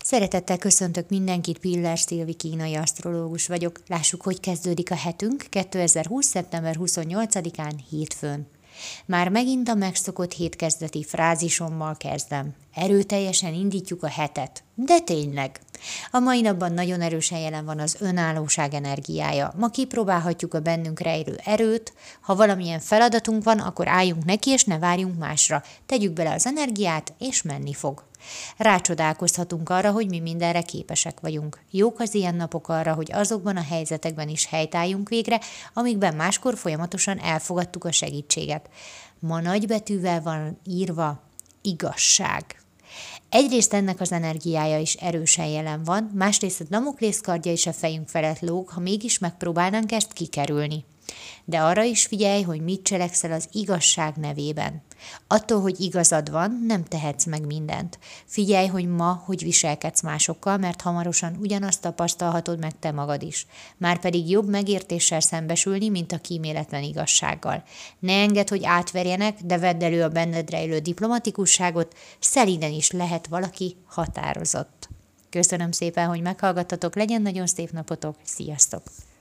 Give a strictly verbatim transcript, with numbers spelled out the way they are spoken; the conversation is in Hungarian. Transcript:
Szeretettel köszöntök mindenkit, Piller Szilvi kínai asztrológus vagyok. Lássuk, hogy kezdődik a hetünk kétezer-húsz. szeptember huszonnyolcadikán hétfőn. Már megint a megszokott hétkezdeti frázisommal kezdem. Erőteljesen indítjuk a hetet. De tényleg. A mai napban nagyon erősen jelen van az önállóság energiája. Ma kipróbálhatjuk a bennünk rejlő erőt. Ha valamilyen feladatunk van, akkor álljunk neki, és ne várjunk másra. Tegyük bele az energiát, és menni fog. Rácsodálkozhatunk arra, hogy mi mindenre képesek vagyunk. Jók az ilyen napok arra, hogy azokban a helyzetekben is helytálljunk végre, amikben máskor folyamatosan elfogadtuk a segítséget. Ma nagybetűvel van írva igazság. Egyrészt ennek az energiája is erősen jelen van, másrészt a Damoklész kardja is a fejünk felett lóg, ha mégis megpróbálnánk ezt kikerülni. De arra is figyelj, hogy mit cselekszel az igazság nevében. Attól, hogy igazad van, nem tehetsz meg mindent. Figyelj, hogy ma hogy viselkedsz másokkal, mert hamarosan ugyanazt tapasztalhatod meg te magad is. Márpedig jobb megértéssel szembesülni, mint a kíméletlen igazsággal. Ne engedd, hogy átverjenek, de vedd elő a benned rejlő diplomatikusságot, szelíden is lehet valaki határozott. Köszönöm szépen, hogy meghallgattatok, legyen nagyon szép napotok, sziasztok!